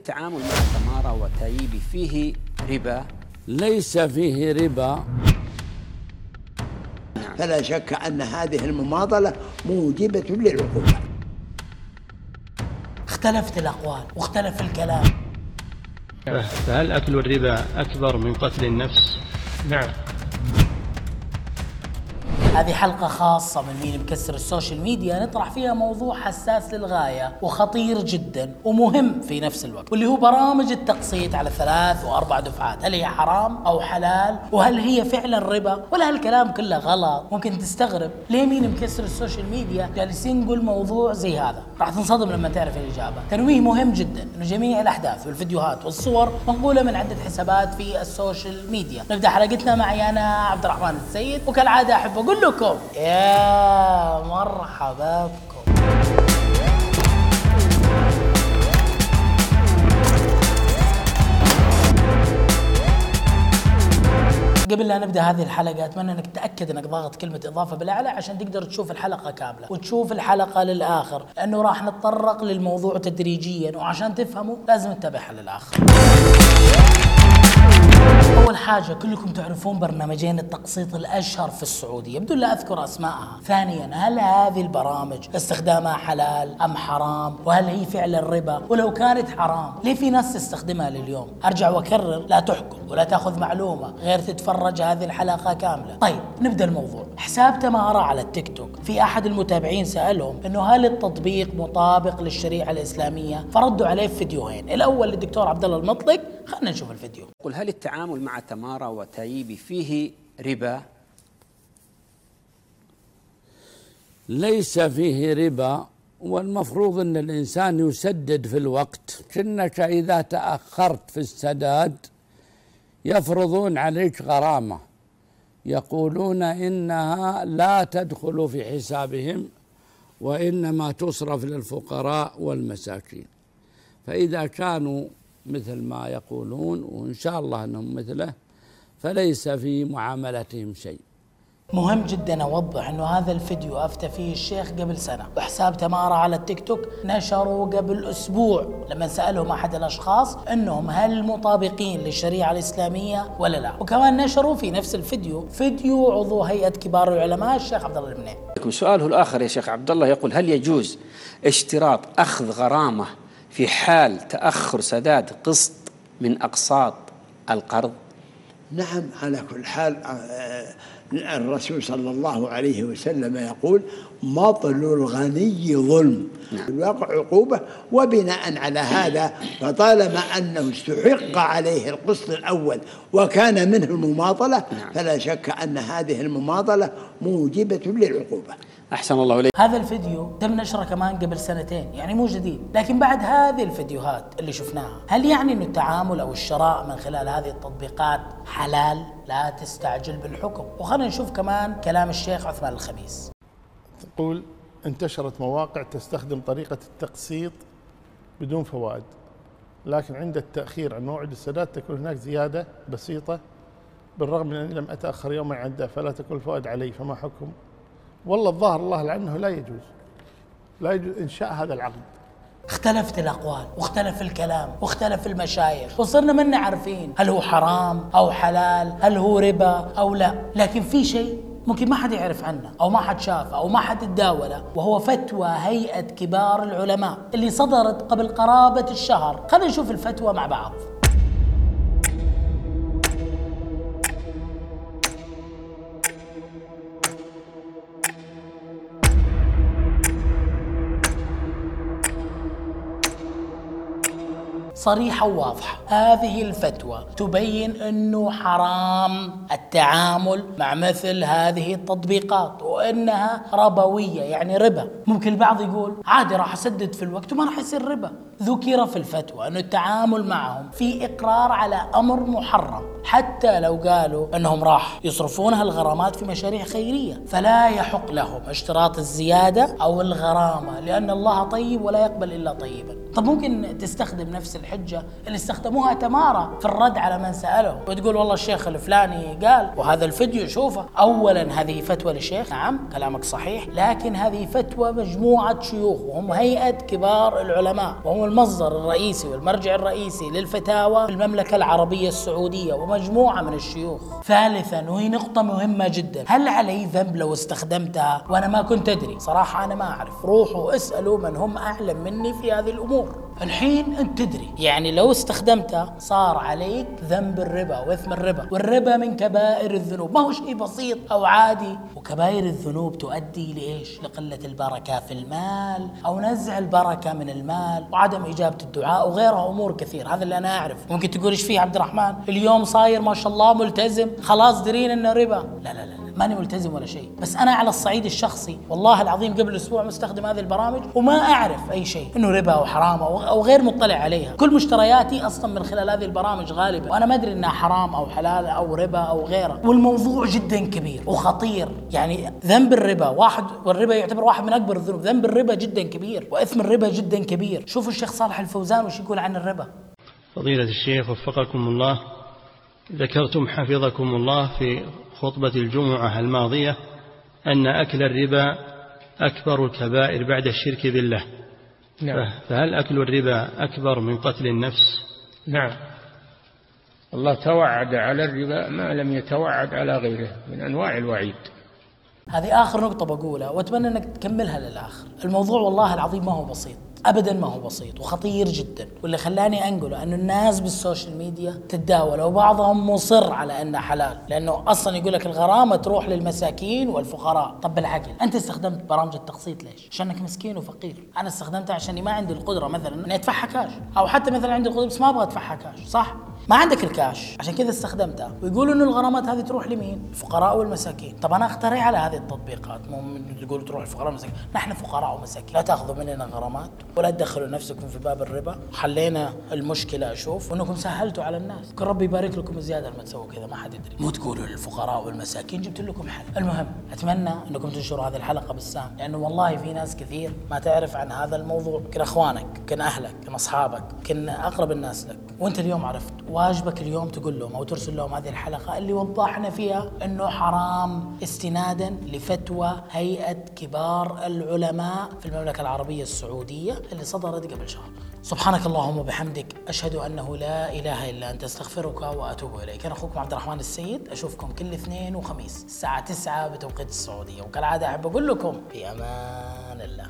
التعامل مع تمارا وتايبي فيه ربا؟ ليس فيه ربا. فلا شك أن هذه المماطلة موجبة للعقوبة. اختلفت الأقوال واختلف الكلام. فهل أكل الربا أكبر من قتل النفس؟ نعم. هذه حلقة خاصة من مين مكسر السوشيال ميديا، نطرح فيها موضوع حساس للغاية وخطير جدا ومهم في نفس الوقت، واللي هو برامج التقسيط على 3 و4 دفعات. هل هي حرام أو حلال؟ وهل هي فعلا ربا؟ ولا هالكلام كله غلط؟ ممكن تستغرب ليه مين مكسر السوشيال ميديا جالسين نقول موضوع زي هذا. راح تنصدم لما تعرف الإجابة. تنويه مهم جدا إنه جميع الأحداث والفيديوهات والصور منقولة من عدة حسابات في السوشيال ميديا. نبدأ حلقتنا معي أنا عبد الرحمن السيد، وكالعادة أحب أقول لكم يا مرحبا بكم. قبل لا نبدأ هذه الحلقة أتمنى أنك تتأكد أنك ضاغط كلمة إضافة بالأعلى عشان تقدر تشوف الحلقة كاملة وتشوف الحلقة للآخر، لأنه راح نتطرق للموضوع تدريجيا، وعشان تفهموا لازم تتابعها للآخر. أول حاجة، كلكم تعرفون برنامجين التقسيط الأشهر في السعودية بدون لا أذكر أسماءها. ثانيا، هل هذه البرامج استخدامها حلال أم حرام؟ وهل هي فعلا ربا؟ ولو كانت حرام ليه في ناس تستخدمها لليوم؟ أرجع وأكرر، لا تحكم ولا تأخذ معلومة غير تتفرج هذه الحلقة كاملة. طيب نبدأ الموضوع. حساب تمارا على التيك توك، في أحد المتابعين سألهم إنه هل التطبيق مطابق للشريعة الإسلامية؟ فردوا عليه في فيديوهين. الأول للدكتور عبد الله المطلق، خلنا نشوف الفيديو. قل هل التعامل مع تمارا وتايبي فيه ربا؟ ليس فيه ربا، والمفروض أن الإنسان يسدد في الوقت. كأنك إذا تأخرت في السداد يفرضون عليك غرامة، يقولون إنها لا تدخل في حسابهم وإنما تصرف للفقراء والمساكين. فإذا كانوا مثل ما يقولون، وإن شاء الله أنهم مثله، فليس في معاملتهم شيء. مهم جدا أوضح أنه هذا الفيديو أفتى فيه الشيخ قبل سنة، وحساب تمارا على التيك توك نشروا قبل أسبوع لما سألهم أحد الأشخاص أنهم هل مطابقين للشريعة الإسلامية ولا لا. وكمان نشروا في نفس الفيديو فيديو عضو هيئة كبار العلماء الشيخ عبد الله المنيع. سؤاله الآخر يا شيخ عبد الله يقول هل يجوز اشتراط أخذ غرامة في حال تأخر سداد قسط من أقساط القرض؟ نعم، على كل حال الرسول صلى الله عليه وسلم يقول مطل الغني ظلم، الواقع عقوبة. وبناء على هذا فطالما أنه استحق عليه القسط الأول وكان منه المماطلة، فلا شك أن هذه المماطلة موجبة للعقوبة. أحسن الله إليك. هذا الفيديو تم نشره كمان قبل 2 سنين، يعني مو جديد. لكن بعد هذه الفيديوهات اللي شفناها، هل يعني أن التعامل أو الشراء من خلال هذه التطبيقات حلال؟ لا تستعجل بالحكم. وخلنا نشوف كمان كلام الشيخ عثمان الخميس. تقول انتشرت مواقع تستخدم طريقة التقسيط بدون فوائد، لكن عند التأخير عن موعد السداد تكون هناك زيادة بسيطة، بالرغم من أني لم أتأخر يوما عن فلا تكون الفوائد علي، فما حكم؟ والله الظاهر الله لعنه لا يجوز إنشاء هذا العقد. اختلفت الأقوال واختلف الكلام واختلف المشايخ، وصرنا منا عارفين هل هو حرام أو حلال، هل هو ربا أو لا. لكن في شيء ممكن ما حد يعرف عنه أو ما حد شافه أو ما حد تداوله، وهو فتوى هيئة كبار العلماء اللي صدرت قبل قرابة الشهر. خلينا نشوف الفتوى مع بعض. صريحة وواضحة. هذه الفتوى تبين أنه حرام التعامل مع مثل هذه التطبيقات، وأنها ربوية يعني ربا. ممكن البعض يقول عادي راح أسدد في الوقت وما راح يصير ربا. ذكر في الفتوى أن التعامل معهم في إقرار على أمر محرم، حتى لو قالوا أنهم راح يصرفونها الغرامات في مشاريع خيرية، فلا يحق لهم اشتراط الزيادة أو الغرامة، لأن الله طيب ولا يقبل إلا طيبا. طب ممكن تستخدم نفس الحجة اللي استخدموها تمارة في الرد على من سأله، وتقول والله الشيخ الفلاني قال وهذا الفيديو شوفه. أولا هذه فتوى للشيخ، نعم كلامك صحيح، لكن هذه فتوى مجموعة شيوخ وهم هيئة كبار العلماء، وهم المصدر الرئيسي والمرجع الرئيسي للفتاوى في المملكة العربية السعودية، ومجموعة من الشيوخ. ثالثا، وهي نقطة مهمة جدا، هل علي ذنب لو استخدمتها وأنا ما كنت أدري؟ صراحة أنا ما أعرف، روحوا اسألوا من هم أعلم مني في هذه الأمور. الحين أنت تدري، يعني لو استخدمتها صار عليك ذنب الربا وإثم الربا، والربا من كبائر الذنوب، ما هو شيء بسيط أو عادي. وكبائر الذنوب تؤدي لإيش؟ لقلة البركة في المال، أو نزع البركة من المال، وعدم إجابة الدعاء، وغيرها أمور كثير. هذا اللي أنا أعرف. ممكن تقول إيش فيه عبد الرحمن اليوم صاير ما شاء الله ملتزم، خلاص درين إنه ربا. لا لا لا، ماني ملتزم ولا شيء، بس أنا على الصعيد الشخصي والله العظيم قبل أسبوع مستخدم هذه البرامج وما أعرف أي شيء إنه ربا أو حرام أو غير مطلع عليها. كل مشترياتي أصلا من خلال هذه البرامج غالبا، وأنا ما أدري إنها حرام أو حلال أو ربا أو غيره. والموضوع جدا كبير وخطير، يعني ذنب الربا واحد، والربا يعتبر واحد من أكبر الذنوب. ذنب الربا جدا كبير، وإثم الربا جدا كبير. شوفوا الشيخ صالح الفوزان وش يقول عن الربا. فضيلة الشيخ وفقكم الله، ذكرتم حفظكم الله في خطبة الجمعة الماضية أن أكل الربا أكبر الكبائر بعد الشرك بالله. نعم. فهل أكل الربا أكبر من قتل النفس؟ نعم، الله توعد على الربا ما لم يتوعد على غيره من أنواع الوعيد. هذه آخر نقطة بقولها، وأتمنى أنك تكملها للآخر. الموضوع والله العظيم ما هو بسيط أبدا، ما هو بسيط وخطير جدا. واللي خلاني أنقله أنه الناس بالسوشيال ميديا تتداول، وبعضهم مصر على أنه حلال، لأنه أصلا يقول لك الغرامة تروح للمساكين والفقراء. طب بالعقل أنت استخدمت برامج التقسيط ليش؟ عشانك مسكين وفقير. أنا استخدمتها عشاني ما عندي القدرة مثلا أني أدفعها كاش، أو حتى مثلا عندي القدرة بس ما أبغى أدفعها كاش، صح؟ ما عندك الكاش عشان كذا استخدمتها. ويقولوا انه الغرامات هذه تروح لمين؟ الفقراء والمساكين. طب انا اخترع على هذه التطبيقات، مو تقولوا تروح الفقراء والمساكين. نحن فقراء ومساكين، لا تاخذوا مننا غرامات ولا تدخلوا نفسكم في باب الربا. حلينا المشكله اشوف، وانكم سهلتوا على الناس. كل ربي يبارك لكم زياده لما تسووا كذا، ما حد يدري. مو تقولوا للفقراء والمساكين، جبت لكم حل. المهم اتمنى انكم تنشروا هذه الحلقه بالسام، لانه والله في ناس كثير ما تعرف عن هذا الموضوع. كن اخوانك، كن اهلك، كن اصحابك، كن اقرب الناس لك، وانت اليوم عرفت. واجبك اليوم تقول لهم او ترسل لهم هذه الحلقه اللي وضحنا فيها انه حرام، استنادا لفتوى هيئه كبار العلماء في المملكه العربيه السعوديه اللي صدرت قبل شهر. سبحانك اللهم وبحمدك، اشهد انه لا اله الا انت، استغفرك واتوب اليك. انا اخوكم عبد الرحمن السيد، اشوفكم كل اثنين وخميس الساعه 9 بتوقيت السعوديه، وكالعاده احب اقول لكم في امان الله.